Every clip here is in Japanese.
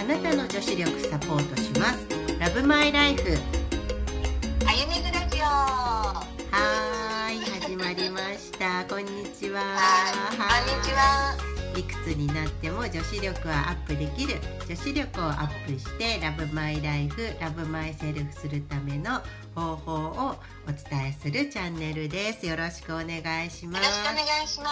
なたの女子力サポートします。ラブマイライフあゆめぐラジオ。 はーい、始まりました。こんにちは。 こんにちは。 いくつになっても女子力はアップできる、女子力をアップしてラブマイライフ、ラブマイセルフするための方法をお伝えするチャンネルです。よろしくお願いします。 よろしくお願いします。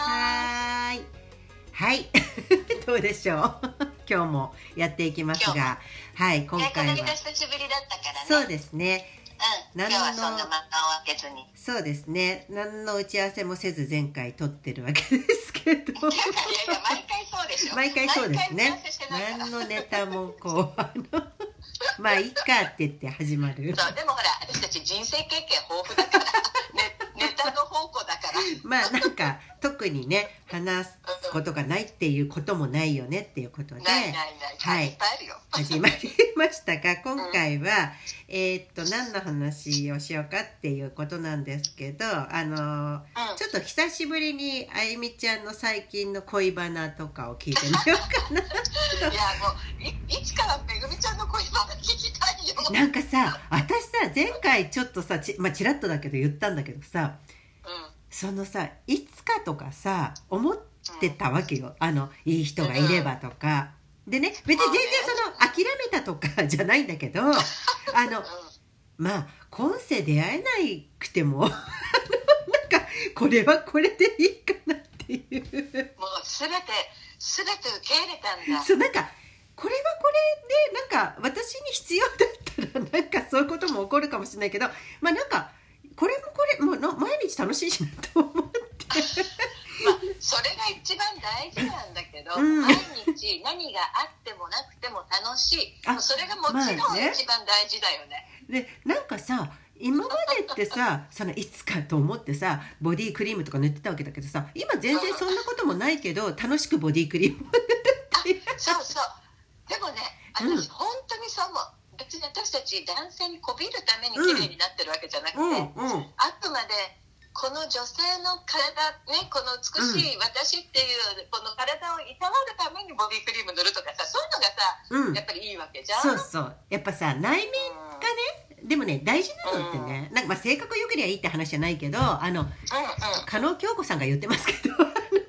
はいどうでしょう今日もやっていきますが、はい、今回はこの間久しぶりだったからね。 そうですね、 今日はそんな漫画を開けずに。 そうですね、何の打ち合わせもせず前回撮ってるわけですけどいや毎回そうでしょ。 毎回そうですね。何のネタもこうまあいいかって言って始まる。 そうでもほら私たち人生経験豊富だからネタの宝庫だからまあなんか特にね話すことがないっていうこともないよねっていうことで、 ない、 はい、 いっぱいあるよ。 始まりましたが、今回は、何の話をしようかっていうことなんですけど、ちょっと久しぶりにあゆみちゃんの最近の恋バナとかを聞いてみようかな。 いやもう いつからめぐみちゃんの恋バナ聞きたいよ。 なんかさ、私さ前回ちょっとさちらっとだけど言ったんだけどさ、そのさいつかとかさ思ってたわけよ、いい人がいればとか、でね、別に全然その諦めたとかじゃないんだけどまあ今世出会えなくてもなんかこれはこれでいいかなっていう、 もう全て受け入れたんだ。 そうなんかこれはこれでなんか私に必要だったらなんかそういうことも起こるかもしれないけど、まあなんかこれも毎日楽しいしなと思ってまあ、それが一番大事なんだけど、毎日何があってもなくても楽しい、それがもちろん一番大事だよね。 でなんかさ今までってさそのいつかと思ってさボディクリームとか塗ってたわけだけどさ、今全然そんなこともないけど楽しくボディクリームを塗ってるっていうそうでもね私本当にそう思う。別に私たち男性にこびるために綺麗になってるわけじゃなくて、あくまでこの女性の体ね、この美しい私っていうこの体をいたわるためにボディクリーム塗るとかさ、そういうのがさ、やっぱりいいわけじゃん。 そうやっぱさ内面がね、でもね大事なのってね、なんかまあ性格良ければいいって話じゃないけど、加納京子さんが言ってますけど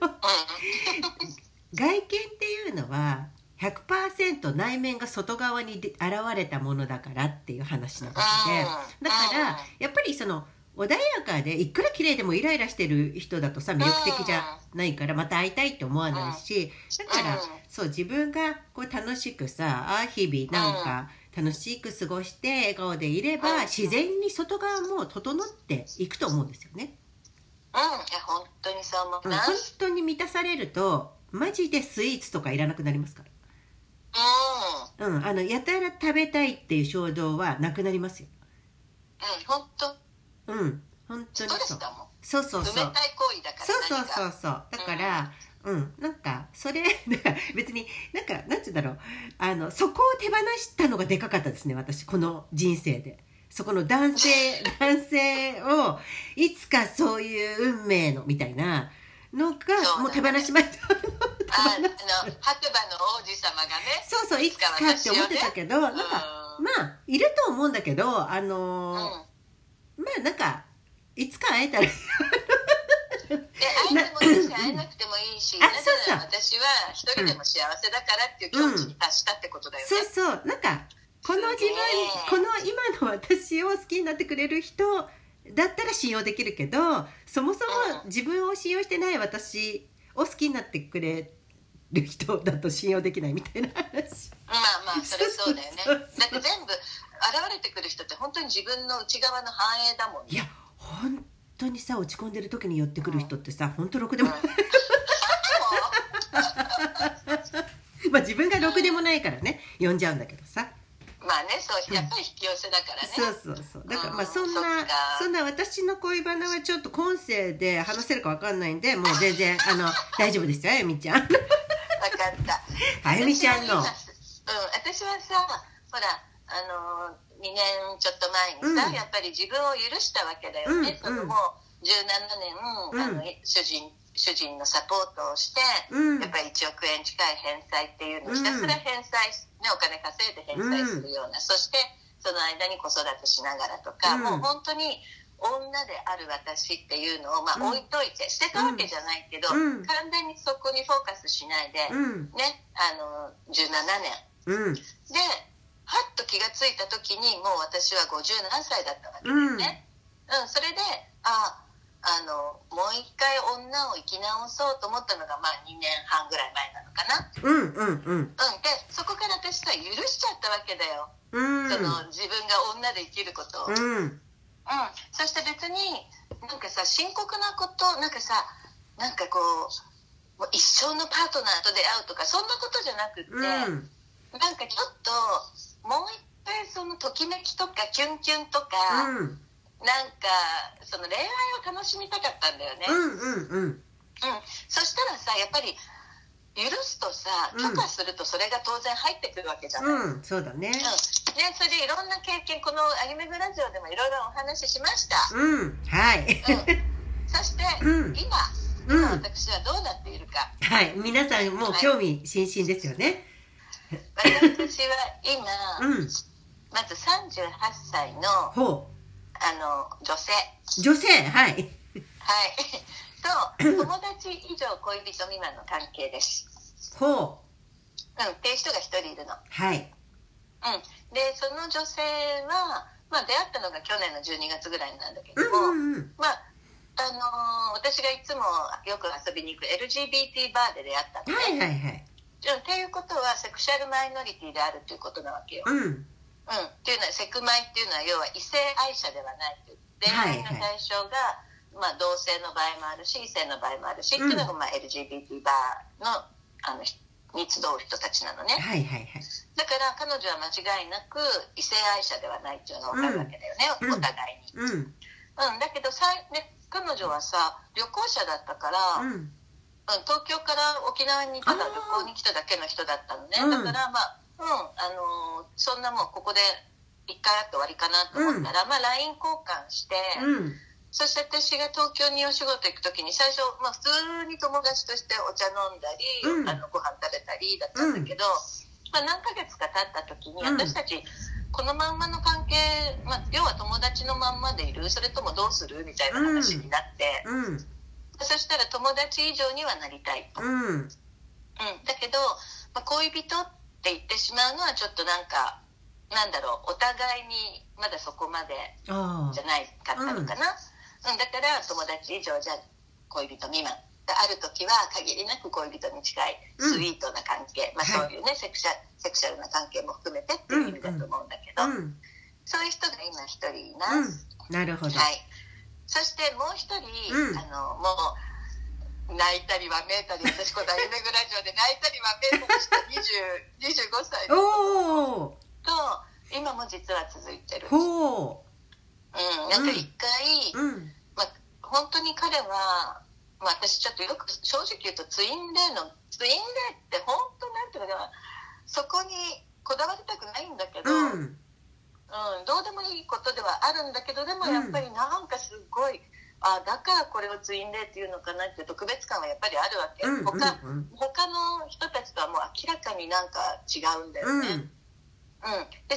外見っていうのは100% 内面が外側に現れたものだからっていう話なわけで、だからやっぱりその穏やかでいくら綺麗でもイライラしてる人だとさ魅力的じゃないからまた会いたいって思わないし、だからそう自分がこう楽しくさ日々なんか楽しく過ごして笑顔でいれば自然に外側も整っていくと思うんですよね。 いや本当にそう思うな。 本当に満たされるとマジでスイーツとかいらなくなりますから。やたら食べたいっていう衝動はなくなりますよ。 本当本当にそう。 そう冷たい行為だからそうだからなんかそれ別になんかなんて言うんだろう、そこを手放したのがでかかったですね、私この人生で。そこの男性をいつかそういう運命のみたいなのがもう手放しました。 白馬の王子様がね、 そういつかって思ってたけど、なんかまあいると思うんだけど、まあなんかいつか会えたら会えてもいいし会えなくてもいいし、なぜなら私は一人でも幸せだからっていう境地に達したってことだよね。 そうなんかこの自分、この今の私を好きになってくれる人だったら信用できるけど、そもそも自分を信用してない私を好きになってくれる人だと信用できないみたいな話。 まあそれそうだよね。だって全部現れてくる人って本当に自分の内側の反映だもんね。 いや本当にさ落ち込んでる時に寄ってくる人ってさ、本当ろくでもないまあ自分がろくでもないからね呼んじゃうんだけどさ。 まあね、そうやっぱり引き寄せだからね。 そうだからまあそんな私の恋バナはちょっと今世で話せるか分かんないんで、もう全然大丈夫ですよあゆみちゃん。分かった。 あゆみちゃんの私はさほら2年ちょっと前にさ、やっぱり自分を許したわけだよね。そのもう17年、主人のサポートをして、やっぱり1億円近い返済っていうのをひたすら返済、 ね、お金稼いで返済するような、そしてその間に子育てしながらとか、もう本当に女である私っていうのを置いといて、捨てたわけじゃないけど、完全にそこにフォーカスしないで、ね、17年、ではっと気がついた時にもう私は50何歳だったわけですね。それでもう一回女を生き直そうと思ったのが2年半ぐらい前なのかな。でそこから私は許しちゃったわけだよ、その自分が女で生きることを。そして別になんかさ、深刻なことなんかさ、なんかこうもう一生のパートナーと出会うとかそんなことじゃなくって、なんかちょっともう一回そのときめきとかキュンキュンとか、なんかその恋愛を楽しみたかったんだよね。そしたらさ、やっぱり許すとさ、許可するとそれが当然入ってくるわけじゃない。 そうだね。 でそれでいろんな経験、このアニメグラジオでもいろいろお話ししました。 はい。 そして、今私はどうなっているか。 はい、皆さんもう興味津々ですよね。 私は今、まず38歳の女性、はい、と友達以上恋人未満の関係です。っていう人が一人いるの。でその女性は、出会ったのが去年の12月ぐらいなんだけども、私がいつもよく遊びに行く LGBT バーで出会ったのね。っていうことはセクシャルマイノリティであるということなわけよ。っていうのはセクマイっていうのは要は異性愛者ではないという、恋愛の対象が、同性の場合もあるし異性の場合もあるし、っていうのが、LGBT バーのに集う人たちなのね。だから彼女は間違いなく異性愛者ではないっていうのが分かるわけだよね、お互いに。だけど彼女はさ旅行者だったから、東京から沖縄にただ旅行に来ただけの人だったのね。だからそんなもんここで1回会って終わりかなと思ったら、LINE 交換して、そして私が東京にお仕事行く時に最初、普通に友達としてお茶飲んだり、ご飯食べたりだったんだけど、何ヶ月か経った時に私たちこのまんまの関係、要は友達のまんまでいる、それともどうするみたいな話になって、そしたら友達以上にはなりたいと。だけど、恋人って言ってしまうのはちょっとなんだろう、お互いにまだそこまでじゃないかったのかな。だから友達以上じゃ恋人未満。ある時は限りなく恋人に近いスイートな関係、そういうね、セクシャルな関係も含めてっていう意味だと思うんだけど、そういう人が今一人います。 なるほど。 そしてもう一人、もう泣いたりわめいたり、私このアニメグラジオで泣いたりわめいたりした25歳と今も実は続いてる。なんか一回、本当に彼は、私ちょっとよく正直言うとツインレイって本当なんていうのかな、そこにこだわりたくないんだけど、どうでもいいことではあるんだけど、でもやっぱりなんかすごい、だからこれをツインレイっていうのかなって特別感はやっぱりあるわけ。他の人たちとはもう明らかになんか違うんだよね。で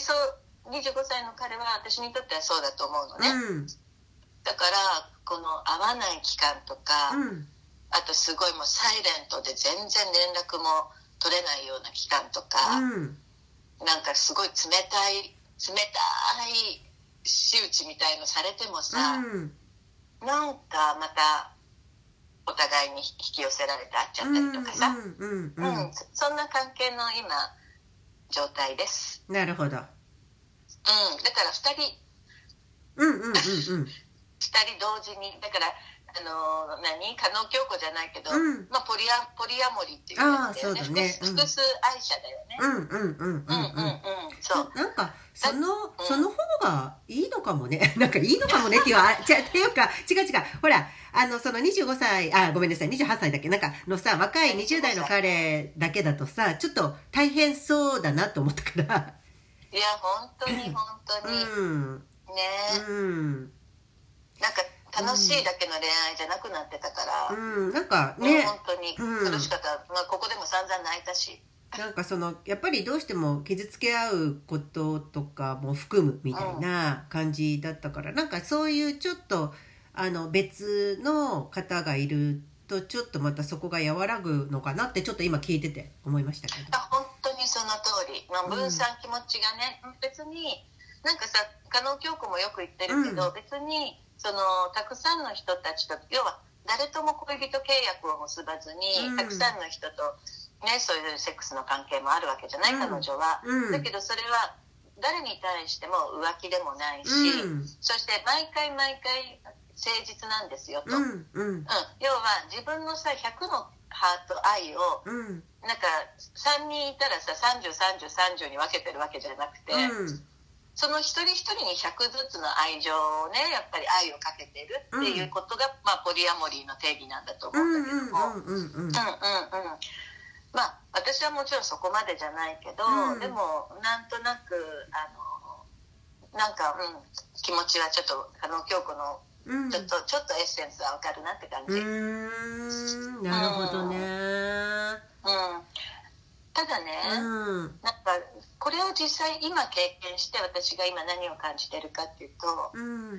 25歳の彼は私にとってはそうだと思うのね。だからこの会わない期間とか、あとすごいもうサイレントで全然連絡も取れないような期間とか、なんかすごい冷たい仕打ちみたいのされてもさ、なんかまたお互いに引き寄せられて会っちゃったりとかさ、そんな関係の今状態です。 なるほど。 だから2人同時に、だから加納京子じゃないけど、ポリアモリっていうやつだよね。複数愛者だよね。 なんかその方がいいのかもね。なんかいいのかもねっていうっていうか違うほらその25歳ごめんなさい28歳だっけなんかのさ、若い20代の彼だけだとさ、ちょっと大変そうだなと思ったから。 いや本当にね、なんか楽しいだけの恋愛じゃなくなってたから、 なんかね、 本当に苦しかった。ここでも散々泣いたし。 なんかやっぱりどうしても傷つけ合うこととかも含むみたいな感じだったから、なんかそういうちょっと別の方がいるとちょっとまたそこが和らぐのかなってちょっと今聞いてて思いましたけど。 本当にその通り、分散気持ちがね、別になんかさ、加納京子もよく言ってるけど、別にたくさんの人たちと、要は誰とも恋人契約を結ばずに、たくさんの人とね、そういうセックスの関係もあるわけじゃない、彼女は、だけどそれは誰に対しても浮気でもないし、そして毎回誠実なんですよと、要は自分のさ100のハート愛を、なんか3人いたらさ303030に分けてるわけじゃなくて、その一人一人に100ずつの愛情をね、やっぱり愛をかけてるっていうことが、ポリアモリーの定義なんだと思うんだけども、私はもちろんそこまでじゃないけど、でもなんとなくなんか、気持ちはちょっと加納京子のちょっとエッセンスはわかるなって感じ。 なるほどね。 ただね、なんかこれを実際今経験して私が今何を感じてるかっていうと、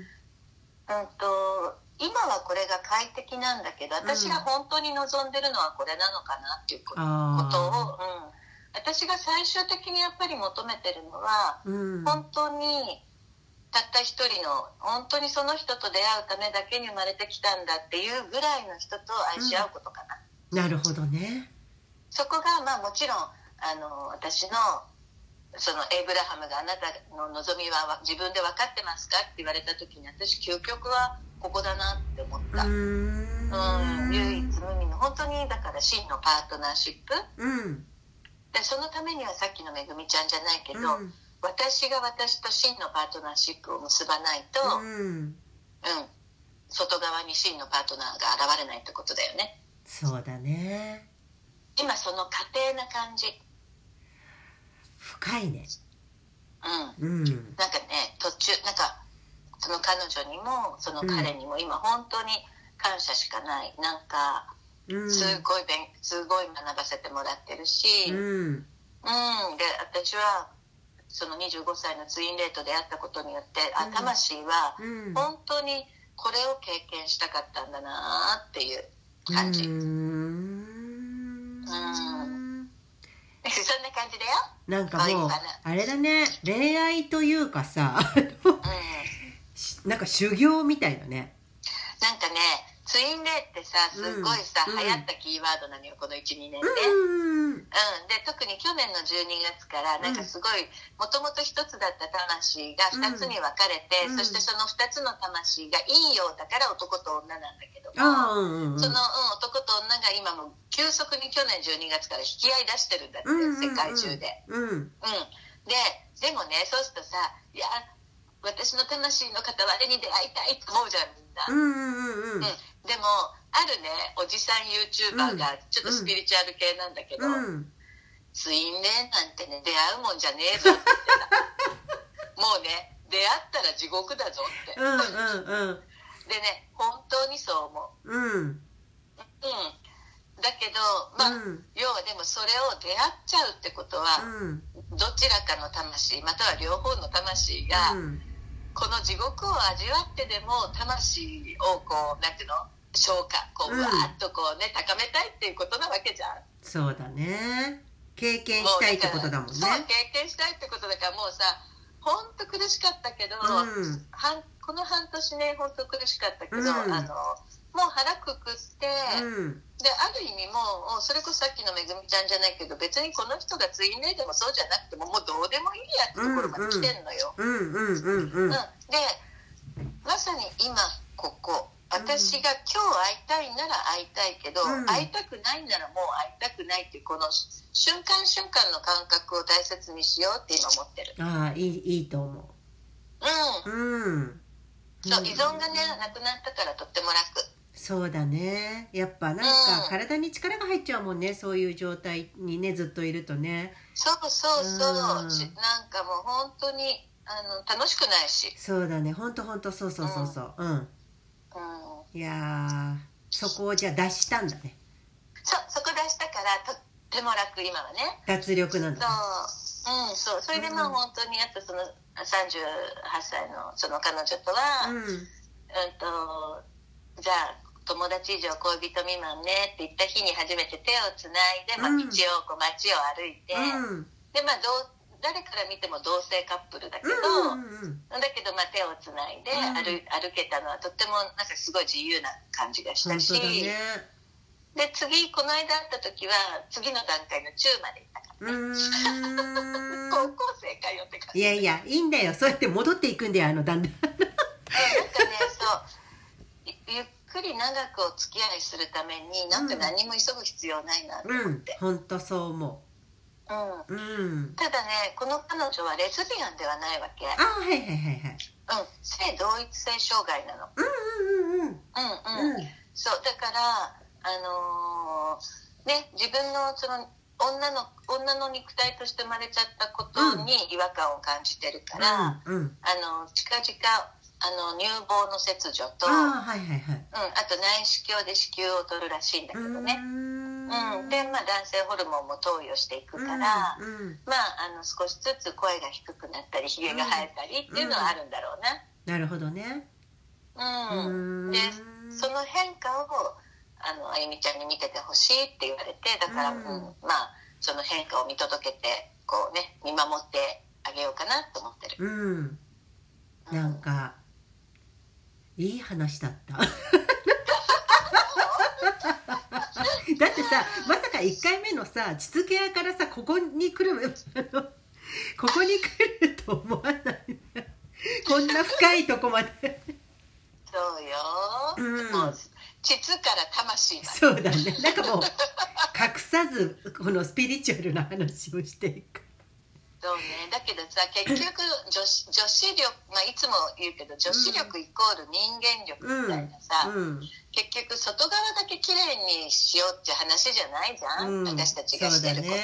今はこれが快適なんだけど、私が本当に望んでるのはこれなのかなっていうことを、私が最終的にやっぱり求めてるのは、本当にたった一人の本当にその人と出会うためだけに生まれてきたんだっていうぐらいの人と愛し合うことかな。 なるほどね。 そこがもちろん私のそのエイブラハムがあなたの望みは自分で分かってますかって言われた時に、私究極はここだなって思った。唯一無二の本当にだから真のパートナーシップ、でそのためにはさっきのめぐみちゃんじゃないけど、私が私と真のパートナーシップを結ばないと、外側に真のパートナーが現れないってことだよね。 そうだね。 今その過程な感じ。 深いね。 なんかね、途中なんかその彼女にもその彼にも今本当に感謝しかない。なんかすごい学ばせてもらってるし、で私はその25歳のツインレイと出会ったことによって、魂は本当にこれを経験したかったんだなっていう感じ。そんな感じだよ。 なんかもうあれだね、恋愛というかさなんか修行みたいなね。 なんかね、ツインレイってさ、すごいさ、流行ったキーワードなのよ、この 1,2 年で。で、特に去年の12月から、なんかすごい、もともと一つだった魂が2つに分かれて、そしてその2つの魂がいいようだから男と女なんだけども、その、男と女が今も急速に去年12月から引き合い出してるんだって、世界中で。でもね、そうするとさ、いや、私の魂の片割れに出会いたいと思うじゃん、みんな。でもあるね、おじさん YouTuber がちょっとスピリチュアル系なんだけど、ツインレイなんてね、出会うもんじゃねえぞって言ってた。もうね、出会ったら地獄だぞって。でね、本当にそう思う。だけど、要はでもそれを出会っちゃうってことは、どちらかの魂または両方の魂が、この地獄を味わってでも魂をこうなんていうの、消化こうわーっとこうね、高めたいっていうことなわけじゃん。 そうだね。経験したいってことだもんね。 そう、経験したいってことだから、もうさ、ほんと苦しかったけど、この半年ね、ほんと苦しかったけど、もう腹くくって、である意味もうそれこそさっきのめぐみちゃんじゃないけど、別にこの人がツインレイでもそうじゃなくてももうどうでもいいやってところまで来てんのよ。でまさに今ここ、私が今日会いたいなら会いたいけど、会いたくないならもう会いたくないっていう、この瞬間瞬間の感覚を大切にしようって今思ってる。 いいと思う。 そう、依存がねなくなったからとっても楽。 そうだね。やっぱなんか体に力が入っちゃうもんね、そういう状態にねずっといるとね。 そうなんかもう本当に楽しくないし。 そうだね、本当そう。いやそこをじゃあ出したんだね。 そこ出したからとっても楽、今はね。 脱力なんだ。 そう、それでまあ本当にあとその38歳のその彼女とは、じゃあ友達以上恋人未満ねって言った日に初めて手をつないで、まあ、道をこう街を歩いて、でまあ誰から見ても同性カップルだけど、だけどまあ手をつないで歩けたのはとってもなんかすごい自由な感じがしたし、で次この間会った時は次の段階の中まで行ったからね。高校生かよって感じ。 いやいやいいんだよ、そうやって戻っていくんだよ、だんだん。なんかね、 そうゆっくり長くお付き合いするためになんか何も急ぐ必要ないなと思って。 本当そう思う。 ただね、この彼女はレズビアンではないわけ。性同一性障害なの。そうだからね、自分のその女の肉体として生まれちゃったことに違和感を感じてるから、近々乳房の切除と、あと内視鏡で子宮を取るらしいんだけどね。でまあ男性ホルモンも投与していくから、まあ少しずつ声が低くなったりひげが生えたりっていうのはあるんだろうな。 なるほどね。 でその変化をあゆみちゃんに見ててほしいって言われて、だから、まあその変化を見届けてこうね見守ってあげようかなと思ってる。 なんかいい話だった。だってさ、まさか1回目のさ膣ケアからさここに来るここに来ると思わないこんな深いとこまで。 そうよ、もう膣から魂まで。 そうだね、なんかもう隠さずこのスピリチュアルな話をしていく。 そうね、だけどさ結局女子力、まあ、いつも言うけど女子力イコール人間力みたいなさ、結局外側だけ綺麗にしようって話じゃないじゃん、私たちがしてることって。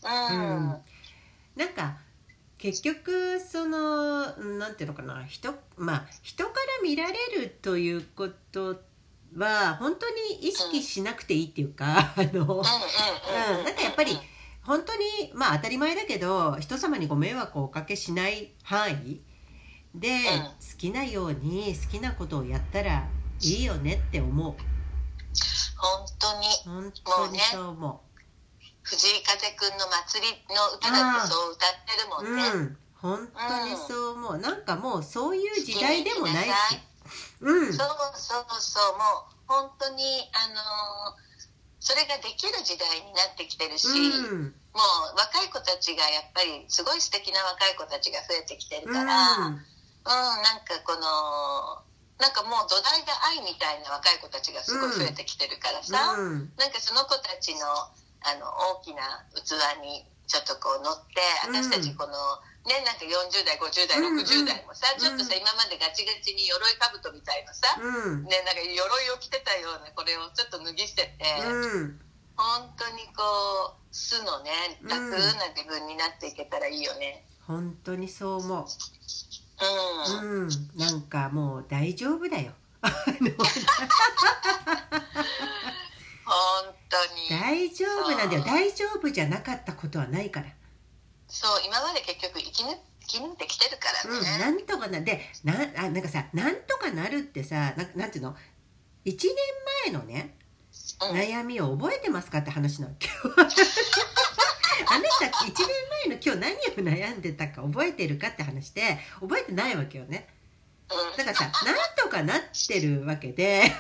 なんか結局そのなんていうのかな、人から見られるということは本当に意識しなくていいっていうか、なんかやっぱり本当にまあ当たり前だけど人様にご迷惑をおかけしない範囲で好きなように好きなことをやったらいいよねって思う。 本当にそう思う。 藤井風くんの祭りの歌だってそう歌ってるもんね。 本当にそう思う。なんかもうそういう時代でもないし、 そうもう本当にそれができる時代になってきてるし、もう若い子たちがやっぱりすごい素敵な若い子たちが増えてきてるから、なんかなんかもう土台が愛みたいな若い子たちがすごい増えてきてるからさ、なんかその子たちの大きな器にちょっとこう乗って、私たちこのね、なんか40代50代60代もさ、ちょっとさ今までガチガチに鎧兜みたいなさ、ね、なんか鎧を着てたようなこれをちょっと脱ぎ捨てて、本当にこう素のね楽な自分になっていけたらいいよね。 本当にそう思う。なんかもう大丈夫だよ。 本当に大丈夫なんだよ。大丈夫じゃなかったことはないから。 そう、今まで結局生き抜いてきてるからね。 なんとかなんかさ、なんとかなるってさ、なんていうの、1年前のね、悩みを覚えてますかって話なの。あなた1年前の今日何を悩んでたか覚えてるかって話で覚えてないわけよね。だからさ、なんとかなってるわけで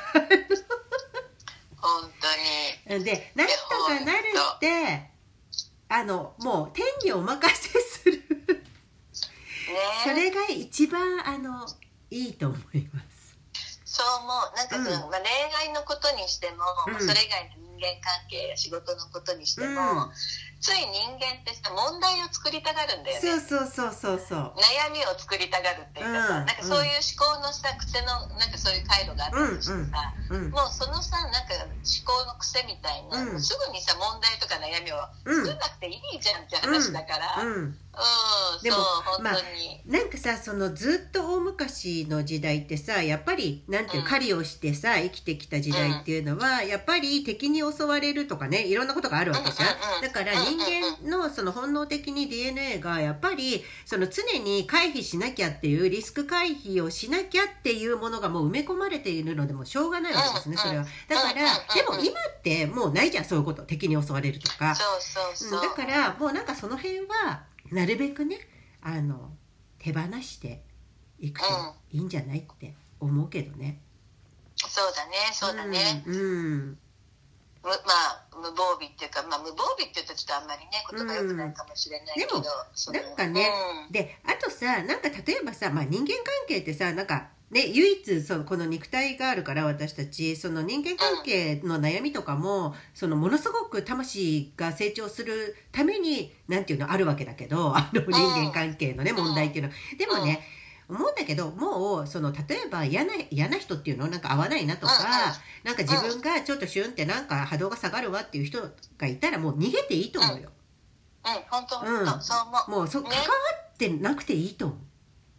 本当にで、なんとかなるってもう天にお任せするそれが一番いいと思います。 そう思う。なんか恋愛のことにしても、それ以外の人間関係や仕事のことにしても、つい人間ってさ問題を作りたがるんだよね。 そう悩みを作りたがるっていうかさ、なんかそういう思考のさ癖のなんかそういう回路があったとしてさ、もうそのさなんか思考の癖みたいな、すぐにさ問題とか悩みを作んなくていいじゃんって話だから、 でも本当に、 なんかさ、そのずっと大昔の時代ってさ、やっぱりなんていう狩りをしてさ生きてきた時代っていうのは、やっぱり敵に襲われるとかね、いろんなことがあるわけじゃん。だから人間のその本能的に DNA がやっぱりその常に回避しなきゃっていう、リスク回避をしなきゃっていうものがもう埋め込まれているのでもしょうがないわけですね、それは。だからでも今ってもうないじゃん、そういうこと、敵に襲われるとか。だからもうなんかその辺はなるべくね、手放していくといいんじゃないって思うけどね。 そうだね、そうだね。まあ無防備っていうか、無防備って言うとちょっとあんまりね言葉良くないかもしれないけど、 でもなんかね、であとさ、なんか例えばさ、人間関係ってさ、なんかね、唯一この肉体があるから、私たちその人間関係の悩みとかも、そのものすごく魂が成長するためになんていうのあるわけだけど、人間関係のね問題っていうの。でもね、思うんだけど、もうその例えば嫌な人っていうのなんか合わないなとか、なんか自分がちょっとシュンってなんか波動が下がるわっていう人がいたら、もう逃げていいと思うよ。 本当そう思う。 もう関わってなくていいと思う。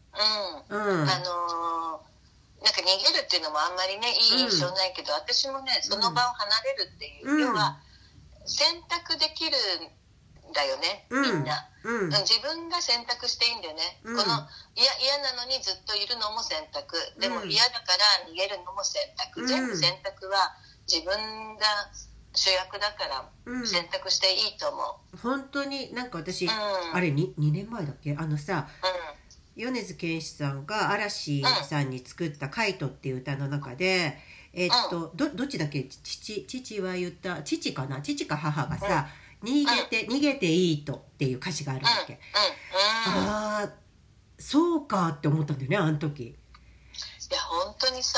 なんか逃げるっていうのもあんまりねいい印象ないけど、私もねその場を離れるっていう、要は選択できるんだよね、みんな。自分が選択していいんだよね。この嫌なのにずっといるのも選択、でも嫌だから逃げるのも選択、全部選択は自分が主役だから選択していいと思う。 本当になんか私、あれ 2年前だっけ、米津玄師さんが嵐さんに作った「カイト」っていう歌の中で、どっちだっけ、父は言った、父か母がさ、逃げていいとっていう歌詞があるわけ。ああ、そうかって思ったんだよね、あの時。 いや本当にそう、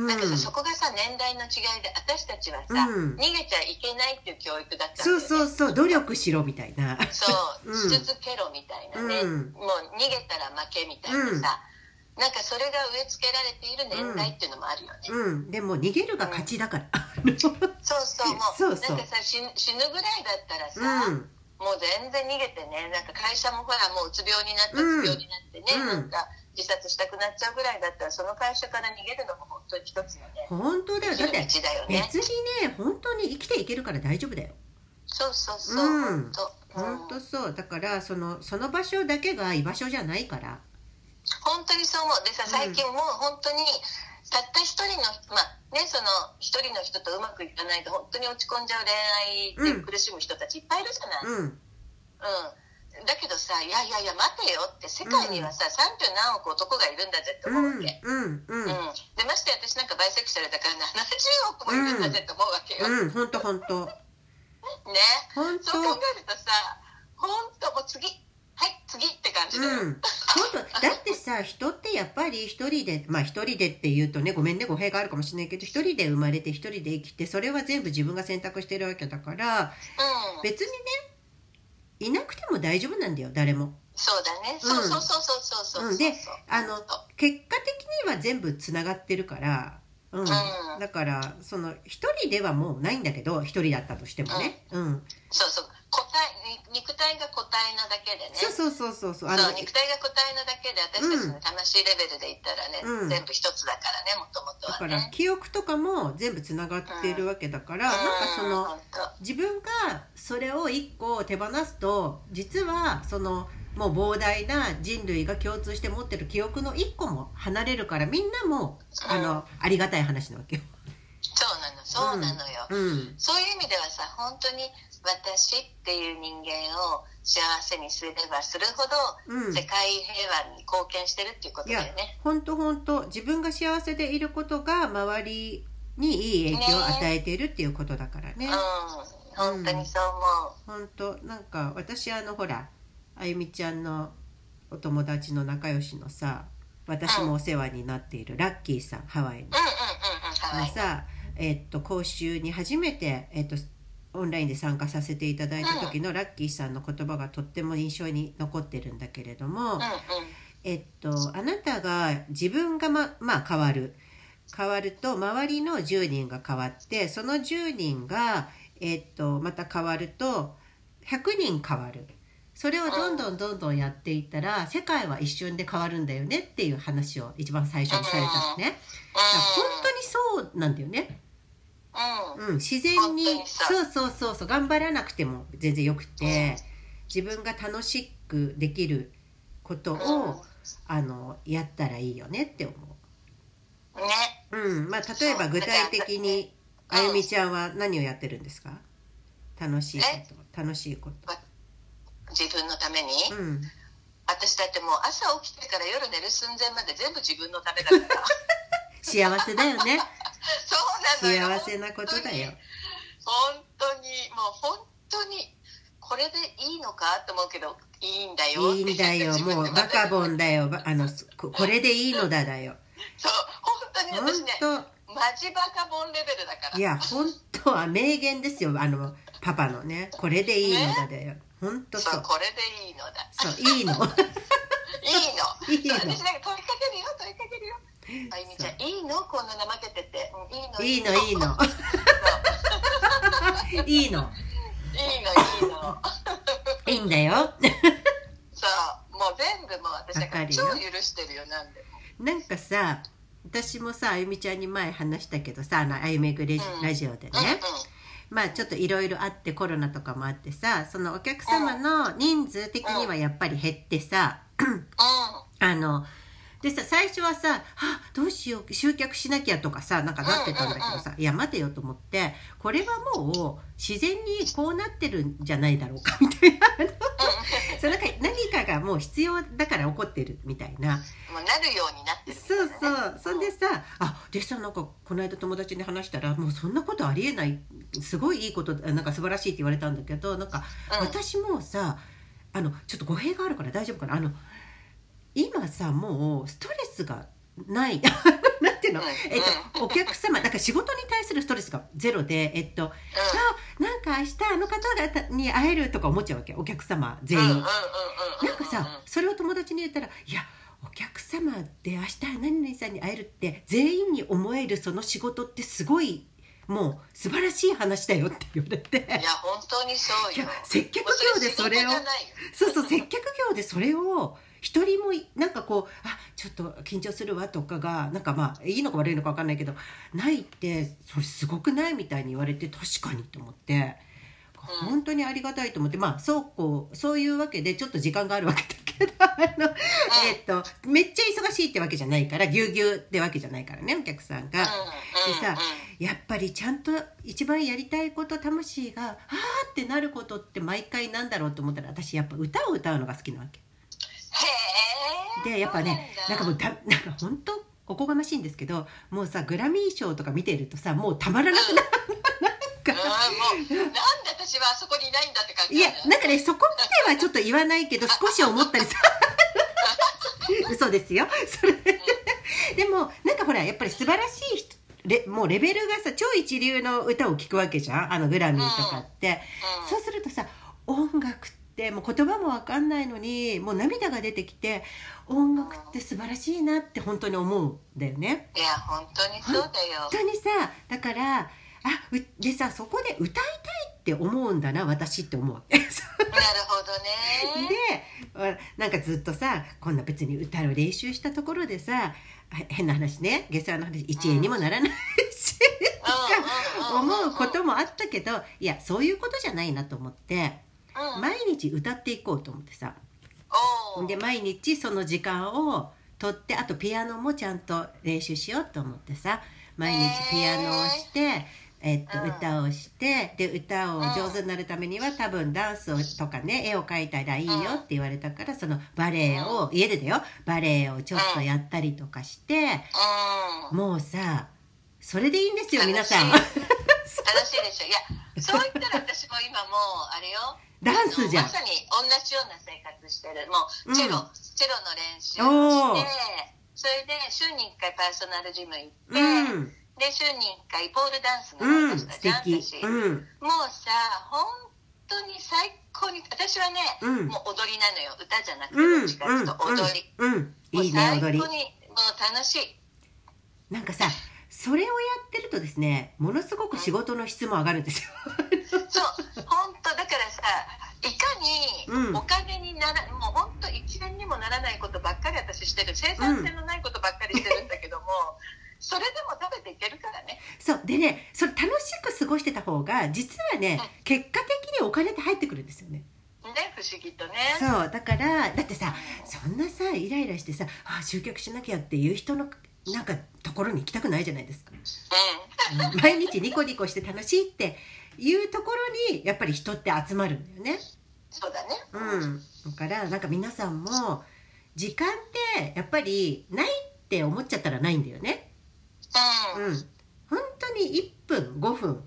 なんかさ、そこがさ年代の違いで、私たちはさ、逃げちゃいけないっていう教育だったんだよね。 そう努力しろみたいな、 し続けろみたいなね、もう逃げたら負けみたいなさ、なんかそれが植え付けられている年代っていうのもあるよね。 でも逃げるが勝ちだから、 もうなんかさ、死ぬぐらいだったらさ、もう全然逃げてね、なんか会社もほらもううつ病になってね、なんか自殺したくなっちゃうぐらいだったら、その会社から逃げるのも本当に一つのね、 本当だよ。だって別にね、本当に生きていけるから大丈夫だよ。本当そう。だからその場所だけが居場所じゃないから。 本当にそう思う。でさ、最近もう本当にたった一人のその一人の人とうまくいかないと本当に落ち込んじゃう恋愛で苦しむ人たちいっぱいいるじゃない。だけどさ、いや待てよって、世界にはさ、30何億男がいるんだぜって思うわけ。でまして私なんかバイセクシャルだから70億もいるんだぜって思うわけよ。 本当ね、そう考えるとさ、本当もう次って感じだよ。 だってさ、人ってやっぱり一人でって言うとね、ごめんね、語弊があるかもしれないけど、一人で生まれて一人で生きて、それは全部自分が選択してるわけだから、別にねいなくても大丈夫なんだよ、誰も。 そうだね。 で、結果的には全部つながってるから、だからその一人ではもうないんだけど、一人だったとしてもね。 肉体が個体なだけでね。 そう肉体が個体なだけで、私たちの魂レベルで言ったらね、全部一つだからね、もともとはね。 だから記憶とかも全部つながっているわけだから、なんかその自分がそれを一個手放すと、実はそのもう膨大な人類が共通して持ってる記憶の一個も離れるから、みんなもありがたい話なわけよ。 そうなのよ。そういう意味ではさ、本当に私っていう人間を幸せにすればするほど、世界平和に貢献してるっていうことだよね。 本当自分が幸せでいることが周りにいい影響を与えているっていうことだからね。 本当にそう思う。本当なんか私ほら、あゆみちゃんのお友達の仲良しのさ、私もお世話になっているラッキーさん、ハワイのさ、講習に初めて、オンラインで参加させていただいた時のラッキーさんの言葉がとっても印象に残ってるんだけれども、あなたが自分が変わると周りの10人が変わって、その10人が、また変わると100人変わる。 それをどんどんやっていったら世界は一瞬で変わるんだよねっていう話を一番最初にされたのね。だから本当にそうなんだよね。自然にそう頑張らなくても全然よくて、自分が楽しくできることを、やったらいいよねって思う。ね。まあ例えば具体的にあゆみちゃんは何をやってるんですか？楽しいこと。 自分のために、私だってもう朝起きてから夜寝る寸前まで全部自分のためだから幸せだよね。 そうなのよ。 幸せなことだよ。 本当にもう本当にこれでいいのかと思うけど、いいんだよ。 いいんだよ。もうバカボンだよ。これでいいのだよ。 そう本当に私ね、マジバカボンレベルだから。 いや本当は名言ですよ。パパのね、これでいいのだよ。本当そう。 これでいいのだ。 そういいの。 いいの。私なんか問いかけるよ。あゆみちゃんいいの？こんな怠けてて。いいの。 いいの。いいの。いいんだよ。 そうもう全部もう私は超許してるよ。 なんかさ、私もさあゆみちゃんに前話したけどさ、あゆめぐラジオでね、まあちょっといろいろあってコロナとかもあってさ、そのお客様の人数的にはやっぱり減ってさ、でさ最初はさ、どうしよう集客しなきゃとかさなんかなってたんだけどさ、いや待てよと思って、これはもう自然にこうなってるんじゃないだろうかみたいなその何かがもう必要だから起こってるみたいな、 もうなるようになってるみたいな、ね、 そうそんでさ、でさなんかこの間友達に話したら、もうそんなことありえない、すごいいいことなんか素晴らしいって言われたんだけど、なんか私もさちょっと語弊があるから大丈夫かな、今さもうストレスがないなんていうの、お客様なんか仕事に対するストレスがゼロで、なんか明日あの方々に会えるとか思っちゃうわけ、お客様全員。なんかさそれを友達に言ったら、いやお客様で明日何々さんに会えるって全員に思えるその仕事ってすごいもう素晴らしい話だよって言われて、いや本当にそうよ。 接客業でそれを接客業でそれを一人もなんかこうちょっと緊張するわとかがなんかまあいいのか悪いのか分かんないけどないって、それすごくないみたいに言われて、確かにと思って、本当にありがたいと思って、まあそういうわけでちょっと時間があるわけだけどめっちゃ忙しいってわけじゃないから、ぎゅうぎゅうってわけじゃないからね、お客さんが。でさやっぱりちゃんと一番やりたいこと、魂がってなることって毎回なんだろうと思ったら、私やっぱ歌を歌うのが好きなわけで、やっぱねなんかもうなんか本当おこがましいんですけど、もうさグラミー賞とか見てるとさもうたまらなくなるもうなんで私はあそこにいないんだって感じ。 いやなんかねそこまではちょっと言わないけど少し思ったりさ嘘ですよそれでもなんかほらやっぱり素晴らしい人もうレベルがさ超一流の歌を聴くわけじゃん、グラミーとかって、そうするとさ音楽ってもう言葉も分かんないのにもう涙が出てきて、音楽って素晴らしいなって本当に思うんだよね。 いや本当にそうだよ。 本当にさだからでさそこで歌いたいって思うんだな私って思うわけ。なるほどね。 でなんかずっとさこんな別に歌を練習したところでさ変な話ね、下世話の話1円にもならないし、とか思うこともあったけど、いやそういうことじゃないなと思って、毎日歌っていこうと思ってさ、で毎日その時間を取って、あとピアノもちゃんと練習しようと思ってさ、毎日ピアノをして、歌をして、で歌を上手になるためには多分ダンスとかね絵を描いたらいいよって言われたから、そのバレエを家でだよ、バレエをちょっとやったりとかして、もうさそれでいいんですよ皆さん。 楽しいでしょ。いやそう言ったら私も今もうあれよ、 ダンスじゃん。 まさに同じような生活してる。もうチェロの練習をして、それで週に1回パーソナルジム行って、で週に1回ポールダンスのしたじゃん、私、もうさ本当に最高に、私はね、もう踊りなのよ、歌じゃなくてどっちかというと踊り、 いいね踊り。 もう最高にもう楽しい。 なんかさそれをやってるとですね、ものすごく仕事の質も上がるんですよ。 そう本当だからさ、 いかにお金になら、もう本当一円にもならないことばっかり私してる、生産性のないことばっかりしてるんだけども、それでも食べていけるからね。 そうでね、それ楽しく過ごしてた方が実はね、結果的にお金って入ってくるんですよね。 ね、不思議とね。 そうだからだってさ、そんなさイライラしてさ、集客しなきゃっていう人のなんかところに行きたくないじゃないですか。毎日ニコニコして楽しいっていうところにやっぱり人って集まるんだよね。 そうだね。 だからなんか皆さんも時間ってやっぱりないって思っちゃったらないんだよね。本当に1分5分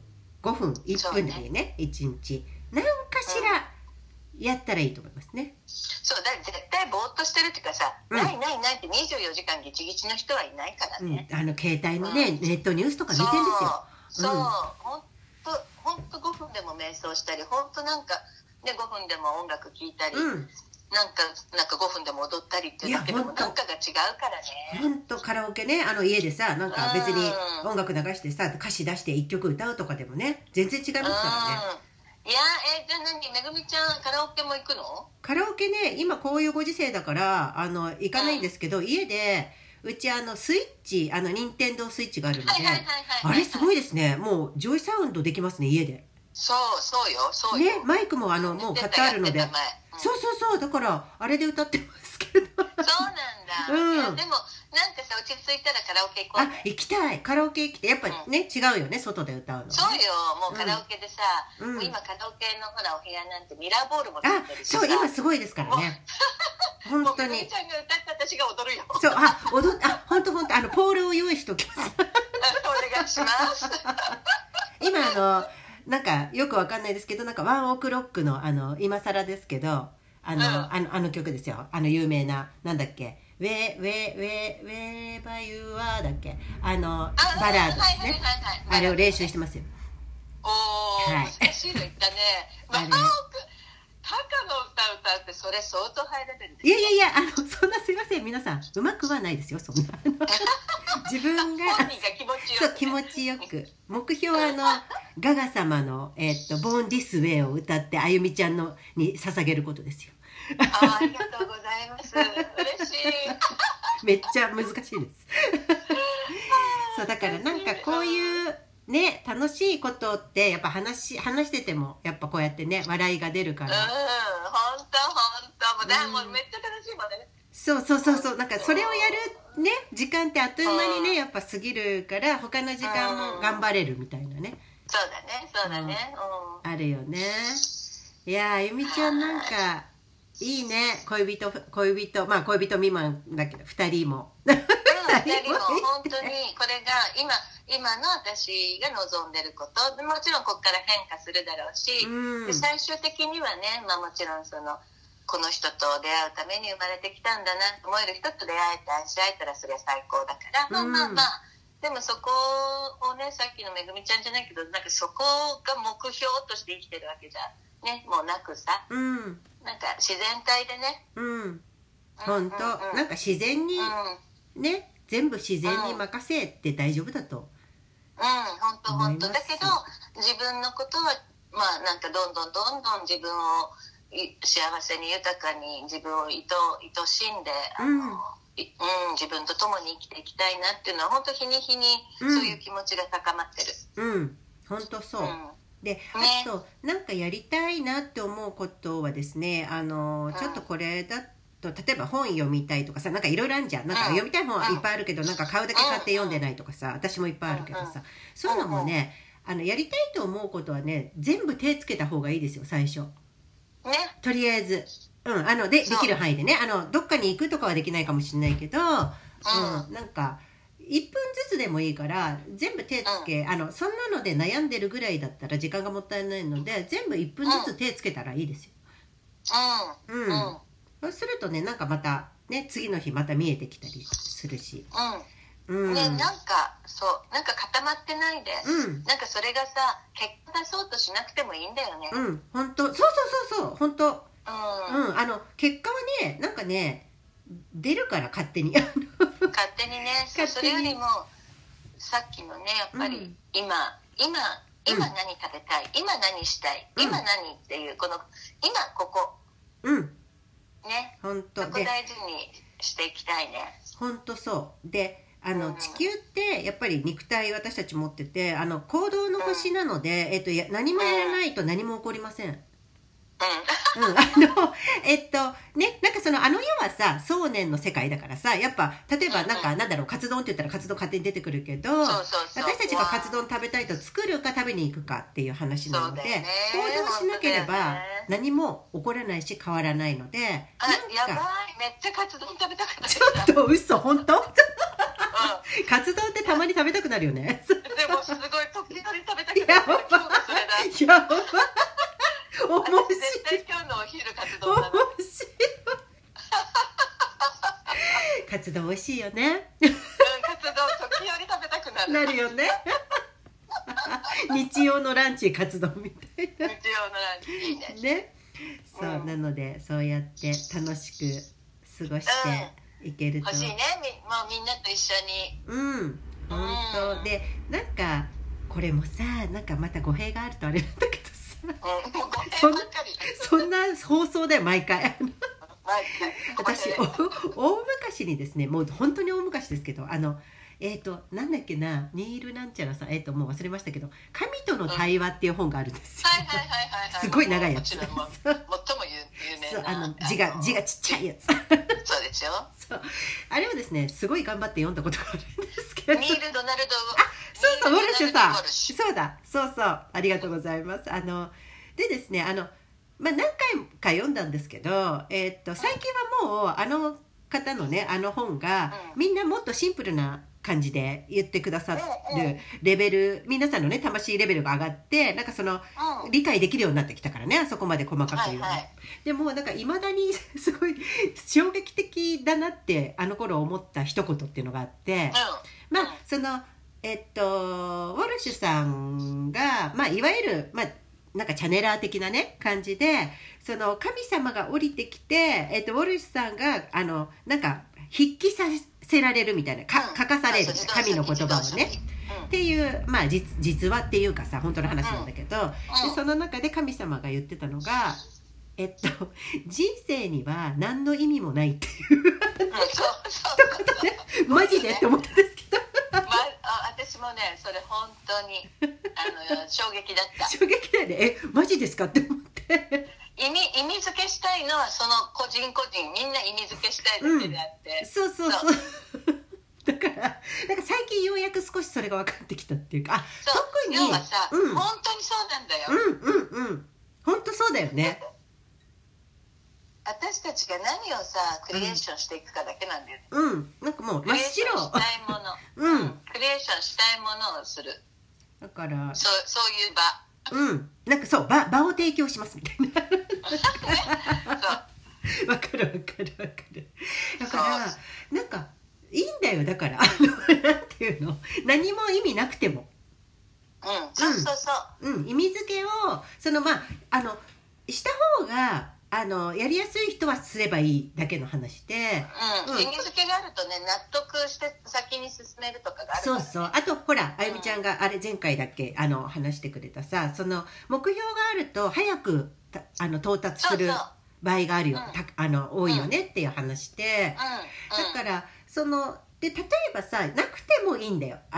1分でいいね、1日何かしらやったらいいと思いますね。 そうだ、絶対ぼーっとしてるっていうかさ、ないって24時間ギチギチの人はいないからね。 携帯のね、ネットニュースとか見てんですよ。 そう、ほんと5分でも瞑想したり、ほんとなんかね、5分でも音楽聴いたり、なんか5分でも踊ったりっていうだけでもなんかが違うからね。 ほんとカラオケね、家でさ、なんか別に音楽流してさ、歌詞出して1曲歌うとかでもね、全然違いますからね。 いや、じゃあ何、めぐみちゃんカラオケも行くの？ カラオケね、今こういうご時世だから行かないんですけど、家でうちスイッチ任天堂スイッチがあるので、あれすごいですね。もうジョイサウンドできますね、家で。 そうよね、マイクももう買ってあるので、そうだからあれで歌ってますけど。 そうなんだ。でもなんかさ、落ち着いたらカラオケ行こうね。 行きたい。カラオケ行きてやっぱね、違うよね、外で歌うの。 そうよ、もうカラオケでさ、もう今カラオケのほらお部屋なんてミラーボールもついてるしさ。 そう、今すごいですからね。本当に。 もうめぐみちゃんが歌って私が踊るよ。 そう、本当ポールを用意しときます。 お願いします。 今なんかよくわかんないですけど、なんかワンオクロックの今更ですけど、曲ですよ。有名ななんだっけ。Wherever you are だっけ、バラードですね。あれを練習してますよ。 難しいの言ったね。タカの歌歌ってそれ相当ハイレベルですよ。 いやそんなすいません、皆さんうまくはないですよ、そんな。自分が本人が気持ちよく、 そう気持ちよく。目標はガガ様のBorn This Wayを歌ってあゆみちゃんに捧げることですよ。 ありがとうございます。嬉しい。 めっちゃ難しいです。そうだからなんかこういうね、楽しいことってやっぱ話しててもやっぱこうやってね、笑いが出るから。 本当もうめっちゃ楽しいもんね。 そうなんかそれをやるね、時間ってあっという間にね、やっぱ過ぎるから他の時間も頑張れるみたいなね。 そうだね。 あるよね。いやあゆみちゃんなんかいいね、恋人まあ恋人未満だけど2人も 2人も本当にこれが今の私が望んでること、もちろんここから変化するだろうし、で最終的にはね、まあもちろんこの人と出会うために生まれてきたんだなと思える人と出会えて愛し合えたらそれは最高だから、でもそこをね、さっきのめぐみちゃんじゃないけど、なんかそこが目標として生きてるわけじゃね、もうなくさ、なんか自然体でね、 本当、なんか自然にね、全部自然に任せて大丈夫だと。 本当だけど自分のことはまあなんかどんどん自分を幸せに豊かに自分を愛しんで自分と共に生きていきたいなっていうのは本当日に日にそういう気持ちが高まってる。 本当そう。で、あとなんかやりたいなって思うことはですね、ちょっとこれだと例えば本読みたいとかさ、なんかいろいろあるじゃん。なんか読みたい本はいっぱいあるけど、なんか買うだけ買って読んでないとかさ、私もいっぱいあるけどさ、そういうのもね、やりたいと思うことはね、全部手つけた方がいいですよ、最初。とりあえず。できる範囲でね、どっかに行くとかはできないかもしれないけど、なんか1分ずつでもいいから全部手つけ、そんなので悩んでるぐらいだったら時間がもったいないので、全部1分ずつ手つけたらいいですよ。そうするとね、なんかまたね、次の日また見えてきたりするし、 なんかなんか固まってないで、なんかそれがさ、結果出そうとしなくてもいいんだよね。 本当、そう本当、結果はね、なんかね、出るから勝手に勝手にね。それよりもさっきのね、やっぱり今今何食べたい、今何したい、今何っていうこの今ここね、 本当そこ大事にしていきたいね。 本当そうで、地球ってやっぱり肉体私たち持ってて行動の星なので、何もやらないと何も起こりません。ね、なんか世はさ想念の世界だからさ、やっぱ例えばなんだろう、カツ丼って言ったらカツ丼勝手に出てくるけど、私たちがカツ丼食べたいと作るか食べに行くかっていう話なので、行動しなければ何も起こらないし変わらないので、 やばい、めっちゃカツ丼食べたくなる。 ちょっと嘘、本当？カツ丼ってたまに食べたくなるよね。 でもすごい時々食べたくなる。やばい。 やばい。面白い。 絶対今日のお昼カツ丼だな。 面白い。カツ丼美味しいよね。 カツ丼時折食べたくなる。 なるよね。日曜のランチカツ丼みたいな。 日曜のランチいいね。 ね。そう、なのでそうやって楽しく過ごしていけると。 欲しいね。もうみんなと一緒に。 本当で、なんかこれもさ、なんかまた語弊があるとあれなんだけどさ。そんな放送で毎回私大昔にですね、もう本当に大昔ですけど、なんだっけな、ニールなんちゃらさ、もう忘れましたけど、神との対話っていう本があるんですよ。すごい長いやつ。 最も有名な字がちっちゃいやつ。 そうですよ。 あれをですね、すごい頑張って読んだことがあるんですけど。 ニール・ドナルド。 そう、ウォルシュさん。そうだ、そうそう、ありがとうございます。でですね、何回か読んだんですけど、最近はもう方のね、本が、みんなもっとシンプルな感じで言ってくださるレベル、皆さんのね魂レベルが上がって、なんか理解できるようになってきたからね、あそこまで細かく言うの。でもなんかいまだにすごい衝撃的だなってあの頃思った一言っていうのがあって、まあウォルシュさんが、まあ、いわゆる、まあ、なんかチャネラー的なね感じで、神様が降りてきて、ウォルシュさんがなんか筆記させられるみたいな、書かされる神の言葉をね、っていう、まあ、実話っていうかさ、本当の話なんだけど、でその中で神様が言ってたのが、人生には何の意味もないっていうマジでって思ったんですけど、 私もね、それ本当に衝撃だった。 衝撃だよね。マジですかって思って。 意味付けしたいのはその個人みんな意味付けしたいだけであって、 そうだから最近ようやく少しそれが分かってきたっていうか、特に要はさ、本当にそうなんだよ。 本当そうだよね。 私たちが何をさクリエーションしていくかだけなんだよ。 なんかもう真っ白。クリエーションしたいもの、クリエーションしたいものをする。だからそういう場。 なんかそう場を提供しますみたいな。わかる。だからなんかいいんだよ、だからなんていうの、何も意味なくても。意味付けをまあした方がやりやすい人はすればいいだけの話で、 意味付けがあるとね、納得して先に進めるとかがあるから、ね。そう。 あとほら、あゆみちゃんがあれ前回だっけ話してくれたさ、目標があると早く到達する場合があるよ、多いよねっていう話で、だからで例えばさ、なくてもいいんだよ。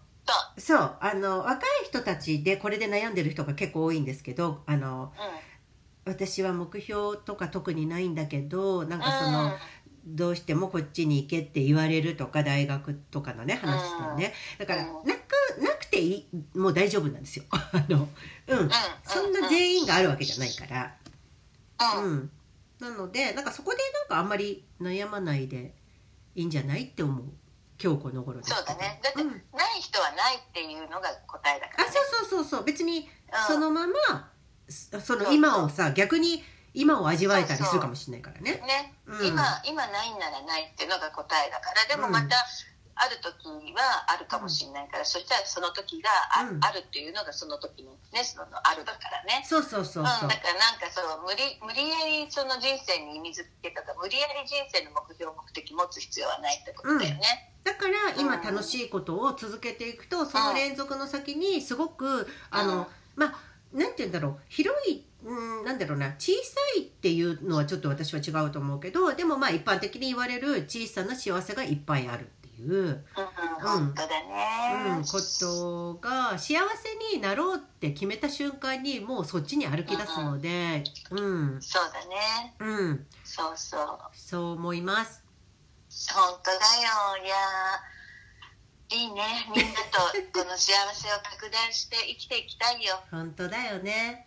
若い人たちでこれで悩んでる人が結構多いんですけど、私は目標とか特にないんだけど、なんかどうしてもこっちに行けって言われるとか、大学とかのね話してるね。だからなくていい、もう大丈夫なんですよ。そんな全員があるわけじゃないから。なのでなんかそこでなんかあんまり悩まないでいいんじゃないって思う今日この頃です。 そうだね。だって、ない人はないっていうのが答えだからね。 そう別にそのまま今をさ、逆に今を味わえたりするかもしれないからね。 今ないんならないっていうのが答えだから。でもまた、 ある時はあるかもしれないから、そしたらその時があるっていうのがその時のね、そのあるだからね。 そうそうそうそう、 だからなんかそう無理やりその人生に意味付けとか、無理やり人生の目標目的持つ必要はないってことだよね。 だから今楽しいことを続けていくと、その連続の先にすごくまあなんて言うんだろう、広い、なんだろうな、小さいっていうのはちょっと私は違うと思うけど、でもまあ一般的に言われる小さな幸せがいっぱいあるっていう、 本当だね、 ことが幸せになろうって決めた瞬間にもうそっちに歩き出すので、 そうだね、そう思います。 本当だよ。いやいいね、みんなとこの幸せを拡大して生きていきたいよ。 本当だよね。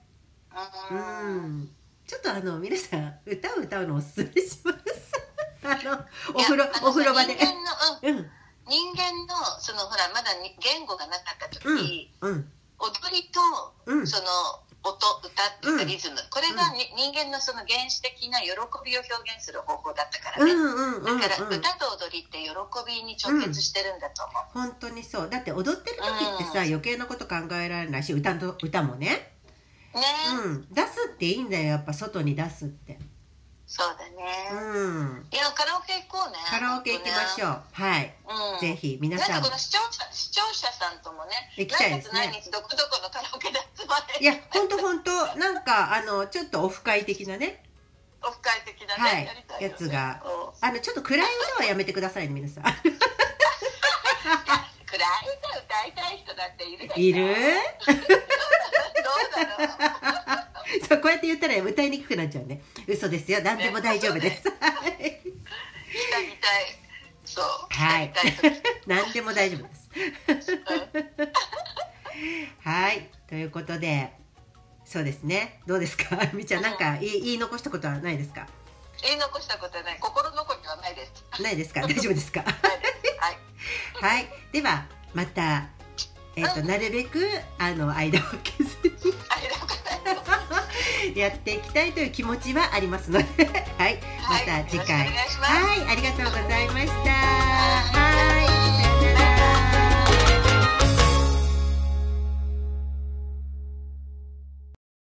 ちょっと皆さん歌を歌うのをおすすめします。お風呂場で人間のそのほらまだ言語がなかった時、踊りとその音、歌っていうかリズム、これが人間のその原始的な喜びを表現する方法だったからね。だから歌と踊りって喜びに直結してるんだと思う。 本当にそう。だって踊ってる時ってさ、余計なこと考えられないし、歌もね、出すっていいんだよ、やっぱ外に出すって。 そうだね。いや、カラオケ行こうね。 カラオケ行きましょう。はい。ぜひ皆さん。 なんかこの視聴者さんともね。 行きたいですね。 何日どこどこのカラオケで集まれ。 いや、本当なんかちょっとオフ会的なね。 オフ会的なね。 やつが。ちょっと暗い歌はやめてくださいね、皆さん。暗い歌歌いたい人だっているから。 いる？ どうだろう。 そう、こうやって言ったら歌いにくくなっちゃうね。嘘ですよ、何でも大丈夫です。 そう。 はい。何でも大丈夫です。はい、ということで、そうですね。どうですか、みちゃん、なんか言い残したことはないですか？ 言い残したことはない。心残りはないです。 ないですか？大丈夫ですか？ はい。 はい。ではまたなるべく間を削りやっていきたいという気持ちはありますので、はい、また次回、はい、ありがとうございました。